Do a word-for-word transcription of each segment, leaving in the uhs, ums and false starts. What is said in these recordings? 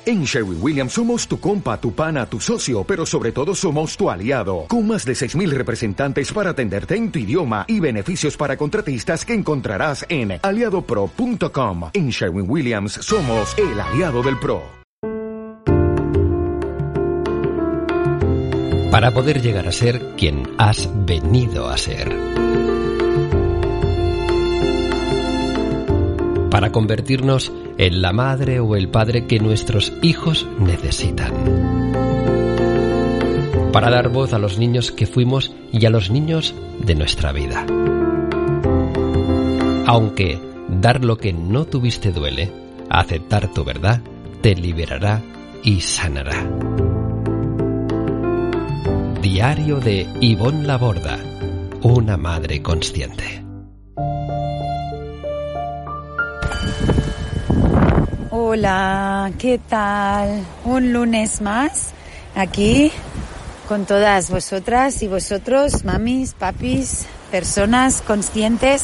En Sherwin-Williams somos tu compa, tu pana, tu socio, pero sobre todo somos tu aliado, con más de seis mil representantes para atenderte en tu idioma y beneficios para contratistas que encontrarás en aliado pro punto com. En Sherwin-Williams somos el aliado del pro. Para poder llegar a ser quien has venido a ser. Para convertirnos en la madre o el padre que nuestros hijos necesitan. Para dar voz a los niños que fuimos y a los niños de nuestra vida. Aunque dar lo que no tuviste duele, aceptar tu verdad te liberará y sanará. Diario de Ivonne Laborda, una madre consciente. Hola, ¿qué tal? Un lunes más aquí con todas vosotras y vosotros, mamis, papis, personas conscientes.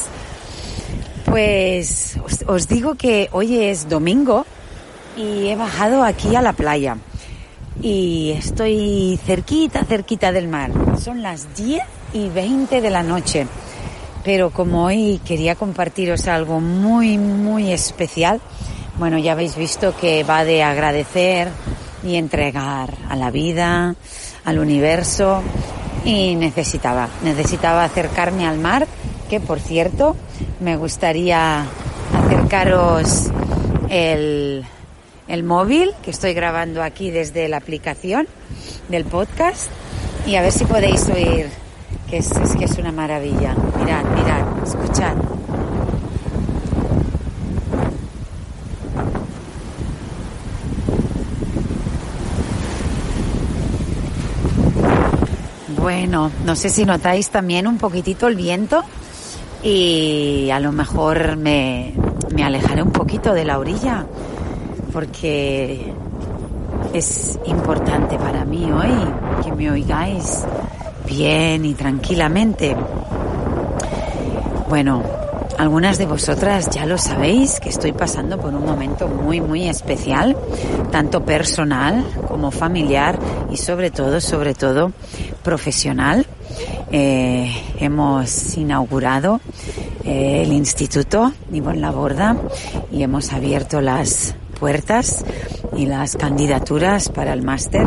Pues os, os digo que hoy es domingo y he bajado aquí a la playa y estoy cerquita, cerquita del mar. Son las diez y veinte de la noche, pero como hoy quería compartiros algo muy, muy especial. Bueno, ya habéis visto que va de agradecer y entregar a la vida, al universo, y necesitaba, necesitaba acercarme al mar, que por cierto, me gustaría acercaros el, el móvil, que estoy grabando aquí desde la aplicación del podcast, y a ver si podéis oír, que es, es que es una maravilla. Mirad, mirad, escuchad. Bueno, no sé si notáis también un poquitito el viento y a lo mejor me, me alejaré un poquito de la orilla porque es importante para mí hoy que me oigáis bien y tranquilamente. Bueno, algunas de vosotras ya lo sabéis que estoy pasando por un momento muy, muy especial, tanto personal como familiar y sobre todo, sobre todo profesional. Eh, hemos inaugurado eh, el Instituto Ivonne Laborda y hemos abierto las puertas y las candidaturas para el máster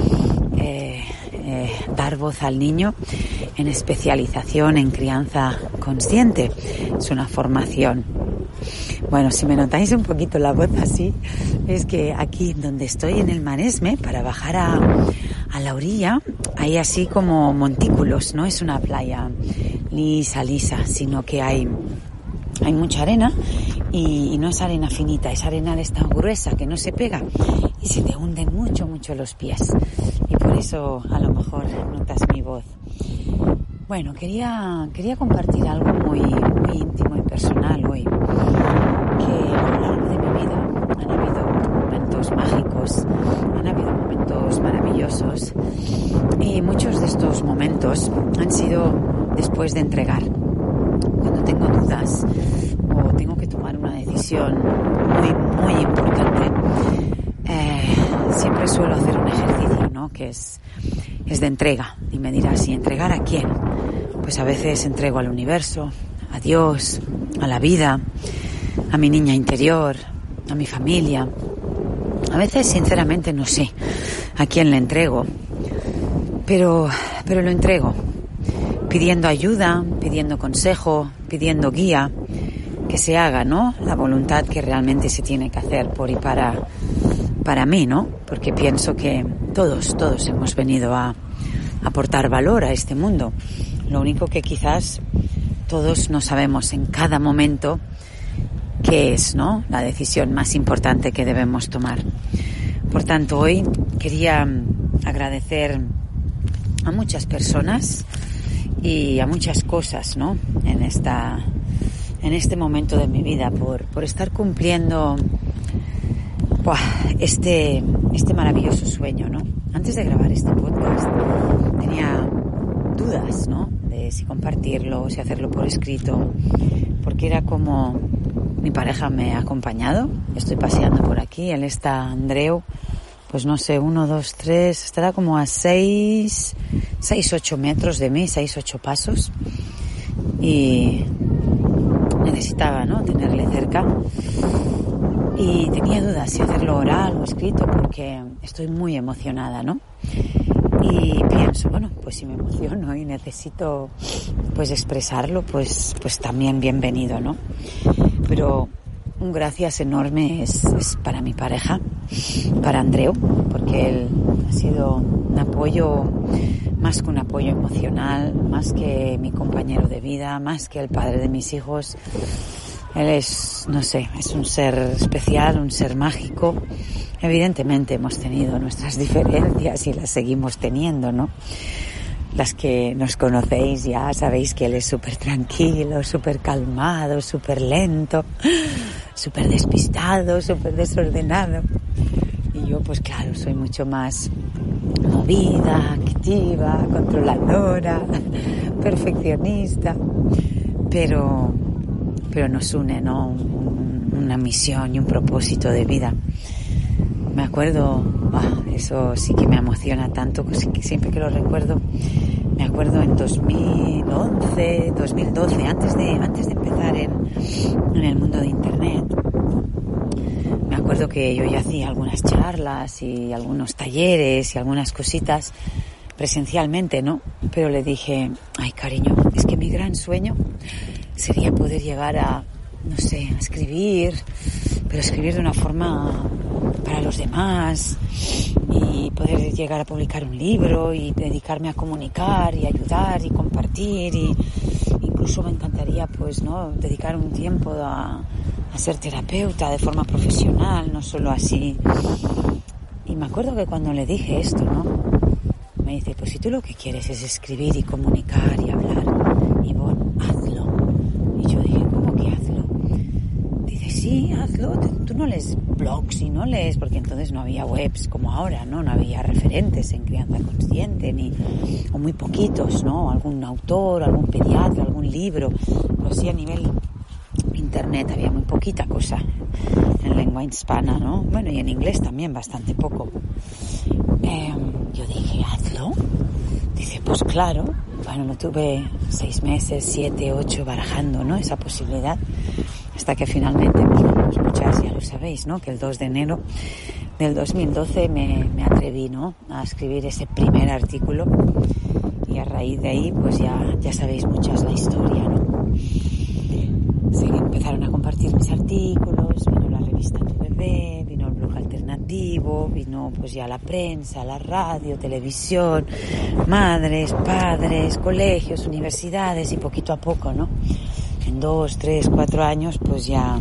eh, eh, Dar voz al niño en especialización en crianza consciente. Es una formación. Bueno, si me notáis un poquito la voz así, es que aquí donde estoy en el Maresme, para bajar a, a la orilla, hay así como montículos, no es una playa lisa, lisa, sino que hay, hay mucha arena y, y no es arena finita, es arena de esta gruesa que no se pega y se te hunden mucho, mucho los pies. Y por eso a lo mejor notas mi voz. Bueno, quería, quería compartir algo muy, muy íntimo y personal hoy. Que a lo largo de mi vida han habido momentos mágicos, han habido momentos maravillosos y muchos de estos momentos han sido después de entregar. Cuando tengo dudas o tengo que tomar una decisión muy, muy importante, eh, siempre suelo hacer un ejercicio, ¿no? Que es, es de entrega. Y me dirás, ¿y entregar a quién? Pues a veces entrego al universo, a Dios, a la vida, a mi niña interior, a mi familia. A veces, sinceramente, no sé a quién le entrego, pero, pero lo entrego, pidiendo ayuda, pidiendo consejo, pidiendo guía, que se haga, ¿no? La voluntad que realmente se tiene que hacer por y para, para mí, ¿no? Porque pienso que todos, todos hemos venido a aportar valor a este mundo. Lo único que quizás todos no sabemos en cada momento qué es, ¿no? La decisión más importante que debemos tomar. Por tanto, hoy quería agradecer a muchas personas y a muchas cosas, ¿no? En esta, en este momento de mi vida por, por estar cumpliendo buah, este, este maravilloso sueño, ¿no? Antes de grabar este podcast tenía dudas, ¿no? De si compartirlo, si hacerlo por escrito, porque era como Mi pareja me ha acompañado, estoy paseando por aquí, él está, Andreu, pues no sé, uno, dos, tres, estará como a seis, seis, ocho metros de mí, seis, ocho pasos. Y necesitaba, ¿no?, tenerle cerca. Y tenía dudas si hacerlo oral o escrito porque estoy muy emocionada, ¿no? Y pienso, bueno, pues si me emociono y necesito pues expresarlo, pues, pues también bienvenido, ¿no? Pero un gracias enorme es, es para mi pareja, para Andreu, porque él ha sido un apoyo, más que un apoyo emocional, más que mi compañero de vida, más que el padre de mis hijos. Él es, no sé, es un ser especial, un ser mágico. Evidentemente hemos tenido nuestras diferencias y las seguimos teniendo, ¿no? Las que nos conocéis ya sabéis que él es súper tranquilo, súper calmado, súper lento, súper despistado, súper desordenado. Y yo, pues claro, soy mucho más movida, activa, controladora, perfeccionista. Pero, pero nos une, ¿no? Un, una misión y un propósito de vida. Me acuerdo, ah, eso sí que me emociona tanto, que siempre que lo recuerdo, me acuerdo en dos mil once, dos mil doce, antes de, antes de empezar en, en el mundo de Internet. Me acuerdo que yo ya hacía algunas charlas y algunos talleres y algunas cositas presencialmente, ¿no? Pero le dije, ay cariño, es que mi gran sueño sería poder llegar a, no sé, a escribir, pero escribir de una forma para los demás y poder llegar a publicar un libro y dedicarme a comunicar y ayudar y compartir, y incluso me encantaría pues no dedicar un tiempo a, a ser terapeuta de forma profesional, no solo así. Y me acuerdo que cuando le dije esto, ¿no?, me dice, pues si tú lo que quieres es escribir y comunicar y hablar, Ivonne, hazlo. Y yo dije, ¿cómo que hazlo? Dice, sí, hazlo. Tú no lees blogs y no lees, porque entonces no había webs como ahora, ¿no? No había referentes en crianza consciente, ni, o muy poquitos, ¿no? Algún autor, algún pediatra, algún libro. Pero sí a nivel internet había muy poquita cosa en lengua hispana, ¿no? Bueno, y en inglés también bastante poco. Eh, yo dije, hazlo. Dice, pues claro. Bueno, lo tuve seis meses, siete, ocho, barajando, ¿no?, esa posibilidad, hasta que finalmente, pues bueno, muchas ya lo sabéis, ¿no?, que el dos de enero del dos mil doce me, me atreví, ¿no?, a escribir ese primer artículo, y a raíz de ahí, pues ya, ya sabéis muchas la historia, ¿no? Se empezaron a compartir mis artículos, vino la revista Tu Bebé, vino el blog alternativo, vino pues ya la prensa, la radio, televisión, madres, padres, colegios, universidades, y poquito a poco, ¿no? En dos, tres, cuatro años, pues ya,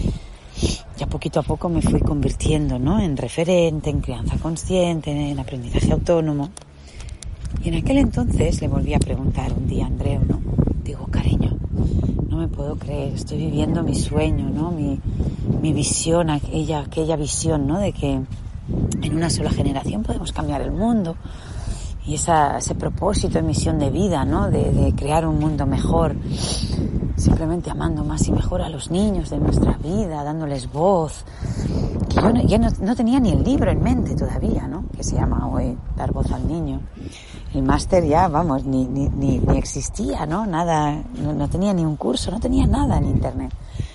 ya poquito a poco me fui convirtiendo, ¿no?, en referente, en crianza consciente, en aprendizaje autónomo. Y en aquel entonces le volví a preguntar un día a Andreu, ¿no? Digo, cariño, no me puedo creer, estoy viviendo mi sueño, ¿no?, mi, mi visión, aquella, aquella visión, ¿no?, de que en una sola generación podemos cambiar el mundo, y esa, ese propósito y misión de vida, ¿no?, de, de crear un mundo mejor, simplemente amando más y mejor a los niños de nuestra vida, dándoles voz, que yo no, ya no, no tenía ni el libro en mente todavía, ¿no?, que se llama hoy Dar voz al niño. El máster ya, vamos, ni, ni, ni, ni existía, ¿no? Nada, no, no tenía ni un curso, no tenía nada en Internet.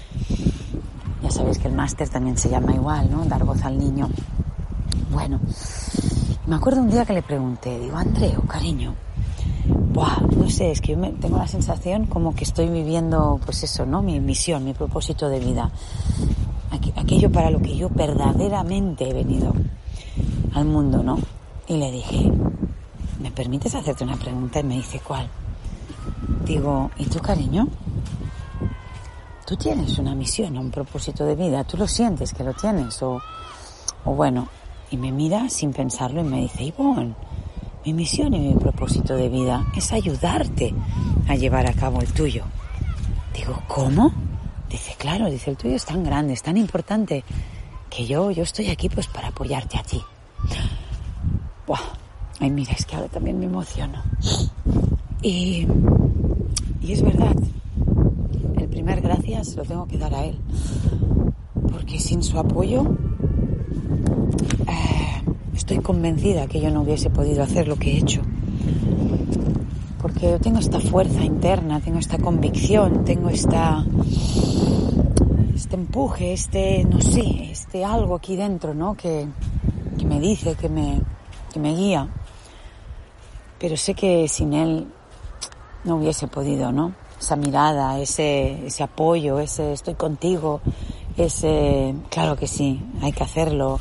Ya sabéis que el máster también se llama igual, ¿no? Dar voz al niño. Bueno, me acuerdo un día que le pregunté, digo, Andreu, cariño, buah, no sé, es que yo me, tengo la sensación como que estoy viviendo, pues eso, ¿no?, mi misión, mi propósito de vida. Aqu- aquello para lo que yo verdaderamente he venido al mundo, ¿no? Y le dije, ¿me permites hacerte una pregunta? Y me dice, ¿cuál? Digo, ¿y tú, cariño? ¿Tú tienes una misión, un propósito de vida? ¿Tú lo sientes que lo tienes? O, o bueno, y me mira sin pensarlo y me dice, Ivonne, mi misión y mi propósito de vida es ayudarte a llevar a cabo el tuyo. Digo, ¿cómo? Dice, claro, dice, el tuyo es tan grande, es tan importante, que yo, yo estoy aquí pues para apoyarte a ti. Buah. Ay, mira, es que ahora también me emociono. Y, y es verdad, el primer gracias lo tengo que dar a él, porque sin su apoyo eh, estoy convencida que yo no hubiese podido hacer lo que he hecho, porque yo tengo esta fuerza interna, tengo esta convicción, tengo esta este empuje, este no sé, este algo aquí dentro, ¿no? que, que me dice, que me, que me guía, pero sé que sin él no hubiese podido, ¿no? Esa mirada, ese, ese apoyo, ese estoy contigo, ese claro que sí, hay que hacerlo.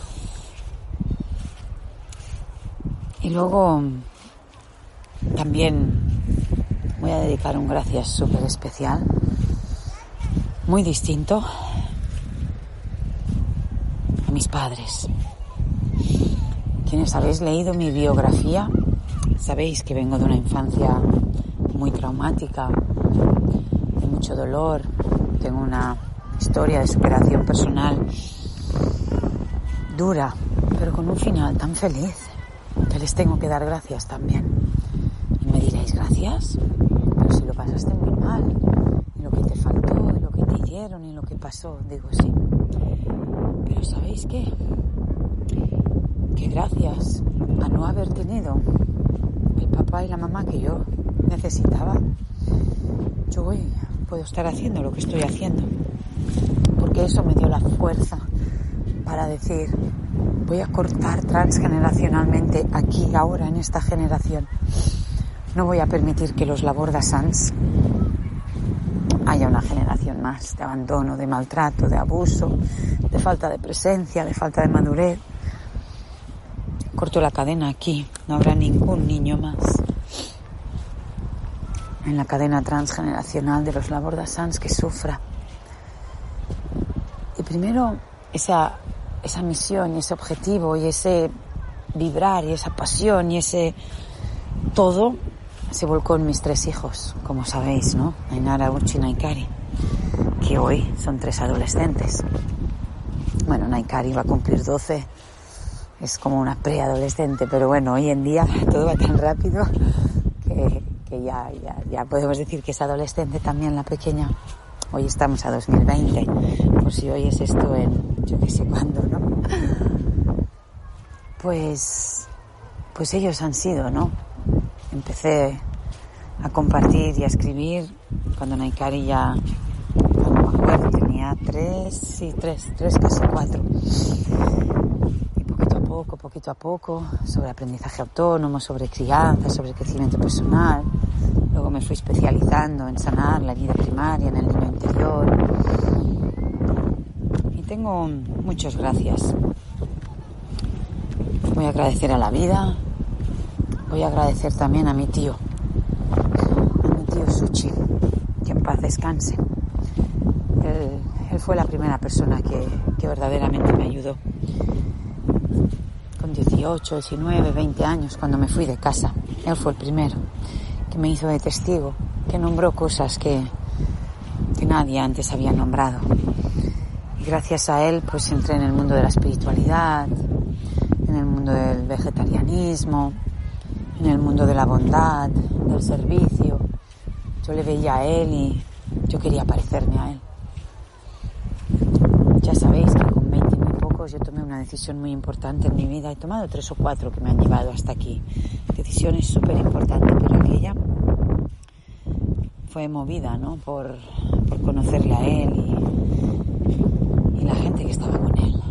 Y luego también voy a dedicar un gracias súper especial, muy distinto, a mis padres. Quienes habéis leído mi biografía, sabéis que vengo de una infancia muy traumática, de mucho dolor, tengo una historia de superación personal dura, pero con un final tan feliz que les tengo que dar gracias también. Y me diréis, ¿gracias? Pero si lo pasaste muy mal, y lo que te faltó, y lo que te hicieron, y lo que pasó, digo sí. Pero ¿sabéis qué? Que gracias a no haber tenido el papá y la mamá que yo necesitaba, yo hoy puedo estar haciendo lo que estoy haciendo, porque eso me dio la fuerza para decir, voy a cortar transgeneracionalmente aquí, ahora, en esta generación. No voy a permitir que los Labordasans haya una generación más de abandono, de maltrato, de abuso, de falta de presencia, de falta de madurez. Corto la cadena aquí, no habrá ningún niño más en la cadena transgeneracional de los Labordasans que sufra. Y primero esa, esa misión y ese objetivo y ese vibrar y esa pasión y ese todo se volcó en mis tres hijos, como sabéis, ¿no? Ainara, Uchi y Naikari, que hoy son tres adolescentes. Bueno, Naikari va a cumplir doce, es como una preadolescente, pero bueno, hoy en día todo va tan rápido que, que ya, ya, ya podemos decir que es adolescente también la pequeña. Hoy estamos a dos mil veinte, por si hoy es esto en yo qué sé cuándo, ¿no? Pues, pues ellos han sido, ¿no? Empecé a compartir y a escribir cuando Naikari ya, no me acuerdo, tenía tres, sí, tres, tres, casi cuatro. Y poquito a poco, poquito a poco, sobre aprendizaje autónomo, sobre crianza, sobre crecimiento personal. Luego me fui especializando en sanar la herida primaria, en el niño interior. Y tengo muchas gracias. Voy a agradecer a la vida. Voy a agradecer también a mi tío, a mi tío Suchi, que en paz descanse. Él, él fue la primera persona que, que verdaderamente me ayudó. Con dieciocho, diecinueve, veinte años, cuando me fui de casa, él fue el primero que me hizo de testigo, que nombró cosas que, que nadie antes había nombrado. Y gracias a él, pues entré en el mundo de la espiritualidad, en el mundo del vegetarianismo, en el mundo de la bondad, del servicio. Yo le veía a él y yo quería parecerme a él. Ya sabéis que con veinte y muy pocos yo tomé una decisión muy importante en mi vida. He tomado tres o cuatro que me han llevado hasta aquí. Decisiones súper importantes, pero aquella fue movida, ¿no? Por, por conocerle a él y, y la gente que estaba con él.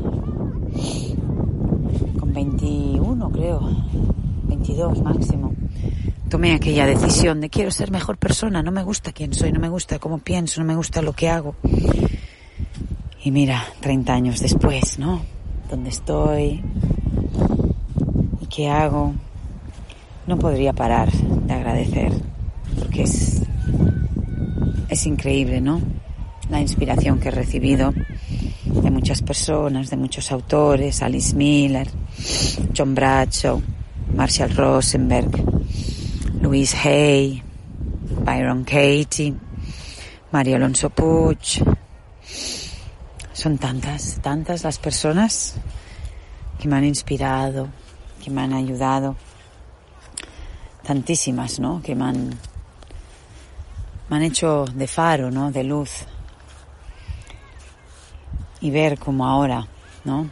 Con veintiuno, creo, veintidós máximo, tomé aquella decisión de quiero ser mejor persona, no me gusta quién soy, no me gusta cómo pienso, no me gusta lo que hago. Y mira, treinta años después, ¿no? ¿Dónde estoy? ¿Y qué hago? No podría parar de agradecer, porque es, es increíble, ¿no? La inspiración que he recibido de muchas personas, de muchos autores, Alice Miller, John Bradshaw, Marshall Rosenberg, Louise Hay, Byron Katie, María Alonso Puig. Son tantas, tantas las personas que me han inspirado, que me han ayudado, tantísimas, ¿no? Que me han, me han hecho de faro, ¿no? De luz. Y ver cómo ahora, ¿no?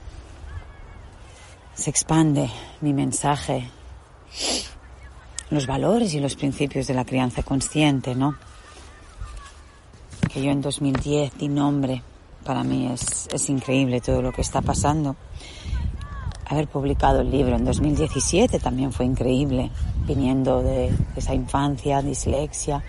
Se expande mi mensaje, los valores y los principios de la crianza consciente, ¿no? Que yo en dos mil diez di nombre. Para mí es, es increíble todo lo que está pasando. Haber publicado el libro en dos mil diecisiete también fue increíble, viniendo de, de esa infancia, dislexia.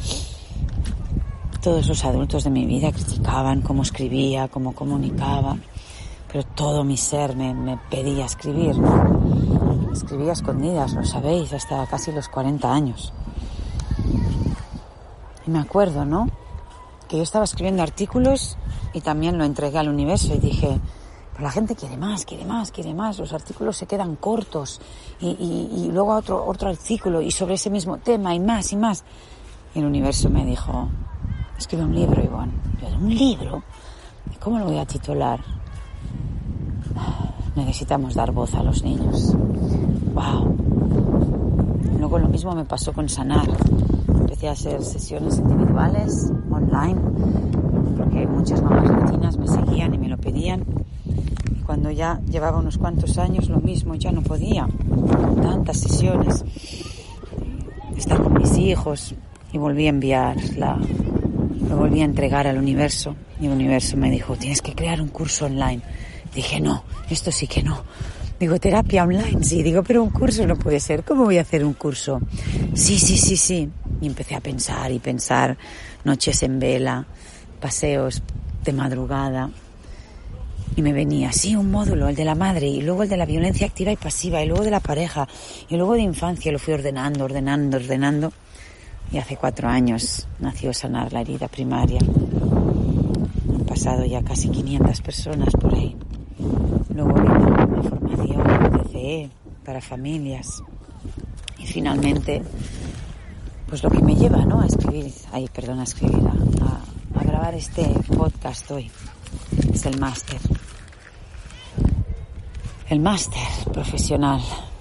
Todos los adultos de mi vida criticaban cómo escribía, cómo comunicaba, pero todo mi ser me, me pedía escribir, ¿no? Escribía a escondidas, lo sabéis, hasta casi los cuarenta años. Y me acuerdo, ¿no?, que yo estaba escribiendo artículos y también lo entregué al universo y dije, pero la gente quiere más, quiere más, quiere más, los artículos se quedan cortos y, y, y luego otro, otro artículo y sobre ese mismo tema y más y más. Y el universo me dijo, escribe un libro, Ivonne. Yo, ¿un libro? ¿Cómo lo voy a titular? Necesitamos dar voz a los niños. ¡Wow! Luego lo mismo me pasó con sanar. Empecé a hacer sesiones individuales, online, porque muchas mamás latinas me seguían y me lo pedían. Y cuando ya llevaba unos cuantos años, lo mismo, ya no podía. Tantas sesiones, estar con mis hijos, y volví a enviar, la, lo volví a entregar al universo. Y el universo me dijo, tienes que crear un curso online. Dije, no, esto sí que no. Digo, terapia online, sí. Digo, pero un curso no puede ser. ¿Cómo voy a hacer un curso? Sí, sí, sí, sí. Y empecé a pensar y pensar, noches en vela, paseos de madrugada. Y me venía, sí, un módulo, el de la madre, y luego el de la violencia activa y pasiva, y luego de la pareja, y luego de infancia. Lo fui ordenando, ordenando, ordenando. Y hace cuatro años nació Sanar la herida primaria. Han pasado ya casi quinientas personas por ahí. Luego vino la formación de T C E para familias. Y finalmente, pues lo que me lleva, ¿no?, a escribir, ay, perdón, a escribir, a, a, a grabar este podcast hoy, es el máster. El máster profesional.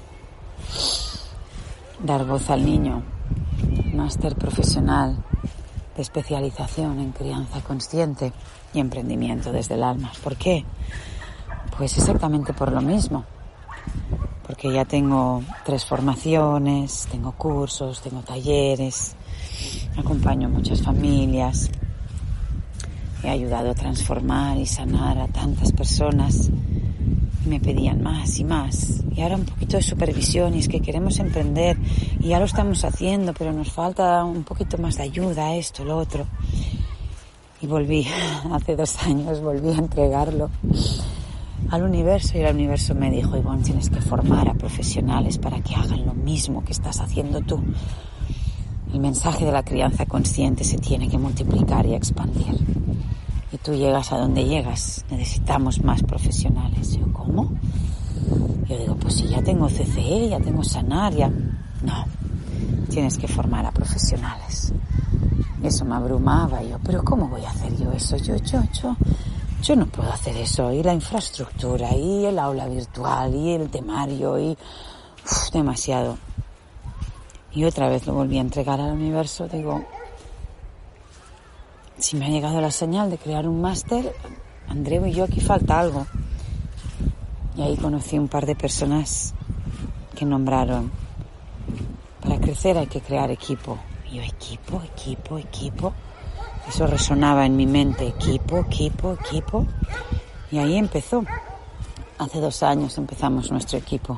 Dar voz al niño. Máster profesional de especialización en crianza consciente y emprendimiento desde el alma. ¿Por qué? Pues exactamente por lo mismo. Porque ya tengo tres formaciones, tengo cursos, tengo talleres, acompaño a muchas familias, he ayudado a transformar y sanar a tantas personas y me pedían más y más. Y ahora un poquito de supervisión, y es que queremos emprender y ya lo estamos haciendo, pero nos falta un poquito más de ayuda, esto, lo otro. Y volví, hace dos años volví a entregarlo al universo y el universo me dijo, Ivonne, tienes que formar a profesionales para que hagan lo mismo que estás haciendo tú. El mensaje de la crianza consciente se tiene que multiplicar y expandir. Y tú llegas a donde llegas, necesitamos más profesionales. Yo, ¿cómo? Yo digo, pues si ya tengo C C E, ya tengo Sanar, ya... No, tienes que formar a profesionales. Y eso me abrumaba. Yo, ¿pero cómo voy a hacer yo eso? Yo, yo, yo... Yo no puedo hacer eso, y la infraestructura, y el aula virtual, y el temario, y uf, demasiado. Y otra vez lo volví a entregar al universo. Digo, si me ha llegado la señal de crear un máster, Andreu y yo, aquí falta algo. Y ahí conocí un par de personas que nombraron, para crecer hay que crear equipo. Y yo, equipo, equipo, equipo. Eso resonaba en mi mente, equipo, equipo, equipo. Y ahí empezó. Hace dos años empezamos nuestro equipo.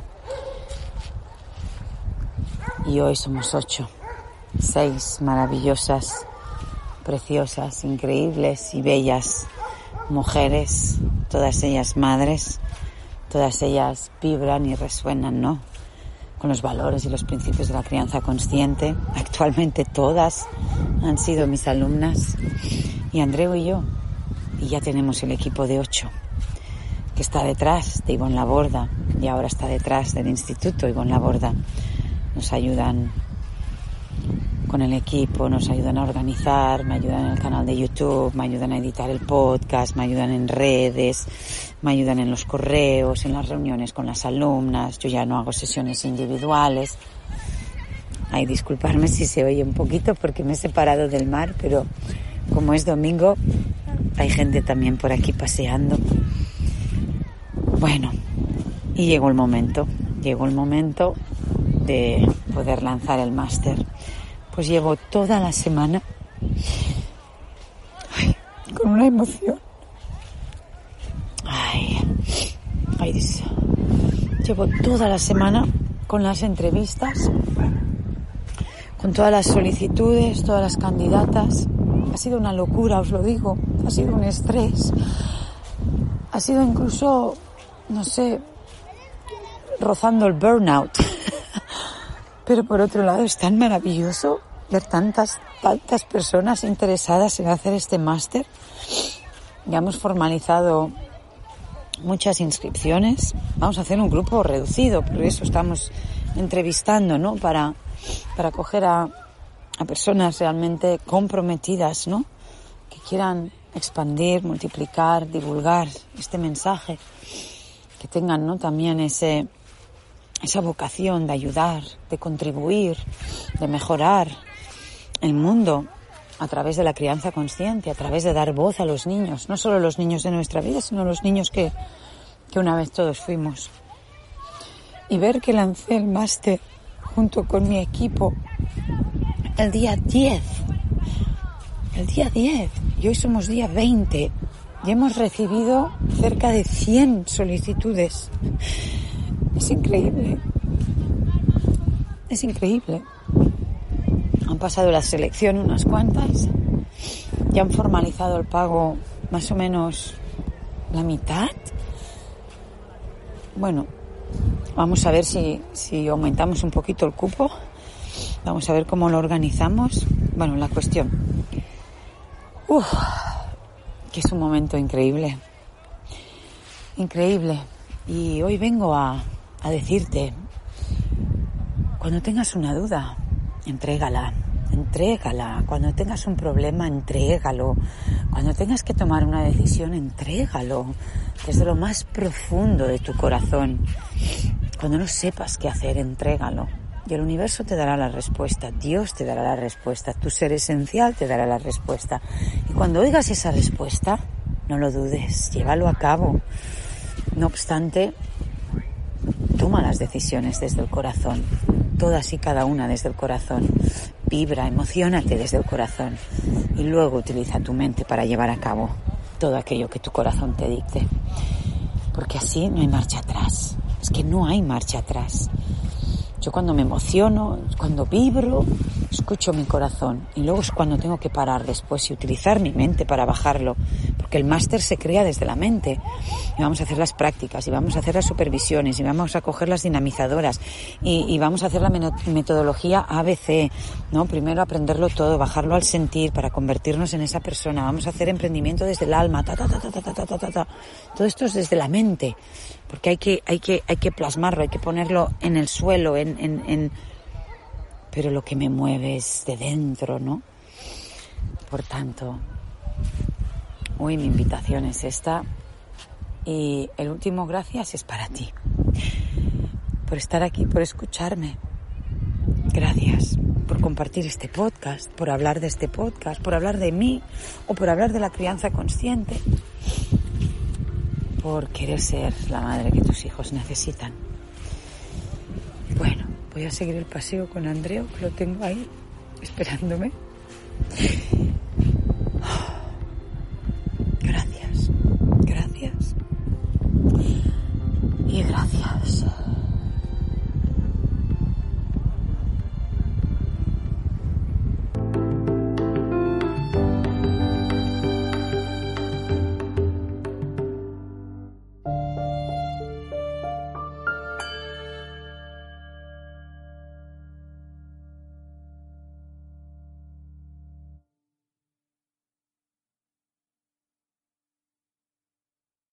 Y hoy somos ocho. Seis maravillosas, preciosas, increíbles y bellas mujeres. Todas ellas madres. Todas ellas vibran y resuenan, ¿no?, con los valores y los principios de la crianza consciente. Actualmente todas han sido mis alumnas, y Andreu y yo, y ya tenemos el equipo de ocho, que está detrás de Ivonne Laborda, y ahora está detrás del Instituto Ivonne Laborda. Nos ayudan con el equipo, nos ayudan a organizar, me ayudan en el canal de YouTube, me ayudan a editar el podcast, me ayudan en redes, me ayudan en los correos, en las reuniones con las alumnas. Yo ya no hago sesiones individuales. Ay, disculparme si se oye un poquito porque me he separado del mar, pero como es domingo, hay gente también por aquí paseando. Bueno, y llegó el momento, llegó el momento de poder lanzar el máster. Pues llevo toda la semana ay, con una emoción. Ay, ay, Dios. Llevo toda la semana con las entrevistas, con todas las solicitudes, todas las candidatas. Ha sido una locura, os lo digo. Ha sido un estrés. Ha sido incluso, no sé, rozando el burnout. Pero por otro lado es tan maravilloso ver tantas, tantas personas interesadas en hacer este máster. Ya hemos formalizado muchas inscripciones. Vamos a hacer un grupo reducido, por eso estamos entrevistando, ¿no? Para, para coger a, a personas realmente comprometidas, ¿no? Que quieran expandir, multiplicar, divulgar este mensaje, que tengan, ¿no? También ese, esa vocación de ayudar, de contribuir, de mejorar el mundo a través de la crianza consciente, a través de dar voz a los niños, no solo los niños de nuestra vida, sino los niños que, que una vez todos fuimos. Y ver que lancé el máster junto con mi equipo el día diez, el día diez, y hoy somos día veinte, y hemos recibido cerca de cien solicitudes. Es increíble, es increíble. Han pasado la selección unas cuantas, ya han formalizado el pago más o menos la mitad. Bueno, vamos a ver si, si aumentamos un poquito el cupo, vamos a ver cómo lo organizamos. Bueno, la cuestión, uff, que es un momento increíble, increíble. Y hoy vengo a, a decirte, cuando tengas una duda, entrégala, entrégala. Cuando tengas un problema, entrégalo. Cuando tengas que tomar una decisión, entrégalo desde lo más profundo de tu corazón. Cuando no sepas qué hacer, entrégalo. Y el universo te dará la respuesta, Dios te dará la respuesta, tu ser esencial te dará la respuesta. Y cuando oigas esa respuesta, no lo dudes, llévalo a cabo. No obstante, toma las decisiones desde el corazón, todas y cada una desde el corazón. Vibra, emociónate desde el corazón y luego utiliza tu mente para llevar a cabo todo aquello que tu corazón te dicte. Porque así no hay marcha atrás. Es que no hay marcha atrás. Yo cuando me emociono, cuando vibro, escucho mi corazón y luego es cuando tengo que parar después y utilizar mi mente para bajarlo, porque el máster se crea desde la mente y vamos a hacer las prácticas y vamos a hacer las supervisiones y vamos a coger las dinamizadoras y, y vamos a hacer la metodología A B C, ¿no? Primero aprenderlo todo, bajarlo al sentir para convertirnos en esa persona. Vamos a hacer emprendimiento desde el alma, ta, ta, ta, ta, ta, ta, ta, ta, ta. Todo esto es desde la mente, porque hay que, hay que, hay que plasmarlo, hay que ponerlo en el suelo, en, en, en... pero lo que me mueve es de dentro, ¿no? Por tanto, hoy mi invitación es esta y el último gracias es para ti, por estar aquí, por escucharme. Gracias por compartir este podcast, por hablar de este podcast, por hablar de mí o por hablar de la crianza consciente, por querer ser la madre que tus hijos necesitan. Bueno, voy a seguir el paseo con Andreu, que lo tengo ahí esperándome. Gracias, gracias y gracias.